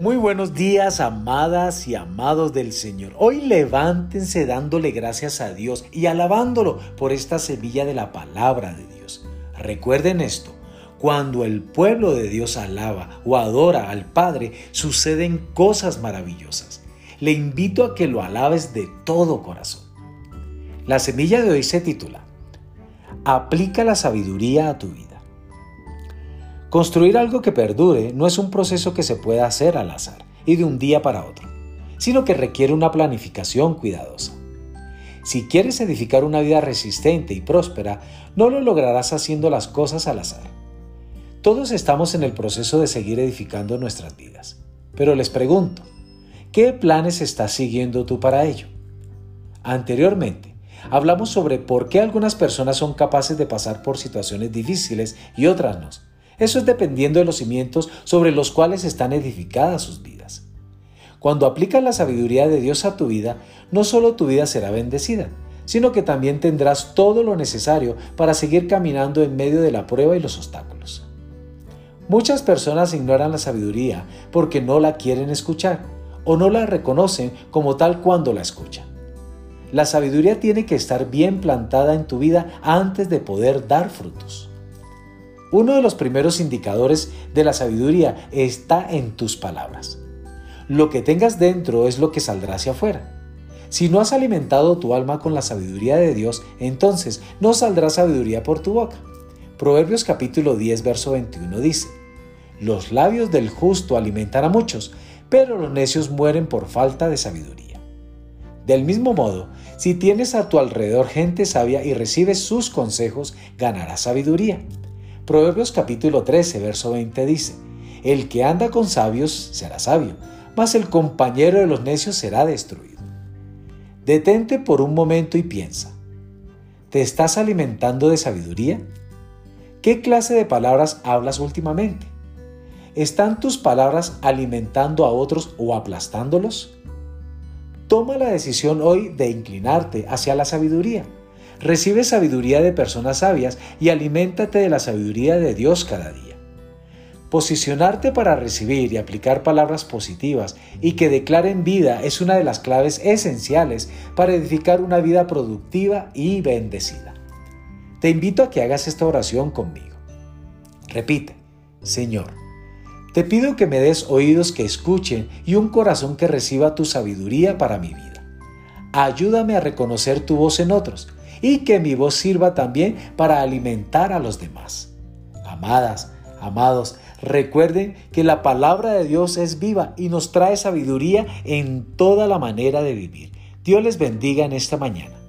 Muy buenos días, amadas y amados del Señor. Hoy levántense dándole gracias a Dios y alabándolo por esta semilla de la palabra de Dios. Recuerden esto, cuando el pueblo de Dios alaba o adora al Padre, suceden cosas maravillosas. Le invito a que lo alabes de todo corazón. La semilla de hoy se titula: Aplica la sabiduría a tu vida. Construir algo que perdure no es un proceso que se pueda hacer al azar y de un día para otro, sino que requiere una planificación cuidadosa. Si quieres edificar una vida resistente y próspera, no lo lograrás haciendo las cosas al azar. Todos estamos en el proceso de seguir edificando nuestras vidas, pero les pregunto, ¿qué planes estás siguiendo tú para ello? Anteriormente, hablamos sobre por qué algunas personas son capaces de pasar por situaciones difíciles y otras no. Eso es dependiendo de los cimientos sobre los cuales están edificadas sus vidas. Cuando aplicas la sabiduría de Dios a tu vida, no solo tu vida será bendecida, sino que también tendrás todo lo necesario para seguir caminando en medio de la prueba y los obstáculos. Muchas personas ignoran la sabiduría porque no la quieren escuchar o no la reconocen como tal cuando la escuchan. La sabiduría tiene que estar bien plantada en tu vida antes de poder dar frutos. Uno de los primeros indicadores de la sabiduría está en tus palabras. Lo que tengas dentro es lo que saldrá hacia afuera. Si no has alimentado tu alma con la sabiduría de Dios, entonces no saldrá sabiduría por tu boca. Proverbios capítulo 10, verso 21 dice: Los labios del justo alimentan a muchos, pero los necios mueren por falta de sabiduría. Del mismo modo, si tienes a tu alrededor gente sabia y recibes sus consejos, ganarás sabiduría. Proverbios capítulo 13, verso 20 dice: El que anda con sabios será sabio, mas el compañero de los necios será destruido. Detente por un momento y piensa: ¿te estás alimentando de sabiduría? ¿Qué clase de palabras hablas últimamente? ¿Están tus palabras alimentando a otros o aplastándolos? Toma la decisión hoy de inclinarte hacia la sabiduría. Recibe sabiduría de personas sabias y aliméntate de la sabiduría de Dios cada día. Posicionarte para recibir y aplicar palabras positivas y que declaren vida es una de las claves esenciales para edificar una vida productiva y bendecida. Te invito a que hagas esta oración conmigo. Repite: Señor, te pido que me des oídos que escuchen y un corazón que reciba tu sabiduría para mi vida. Ayúdame a reconocer tu voz en otros y que mi voz sirva también para alimentar a los demás. Amadas, amados, recuerden que la palabra de Dios es viva y nos trae sabiduría en toda la manera de vivir. Dios les bendiga en esta mañana.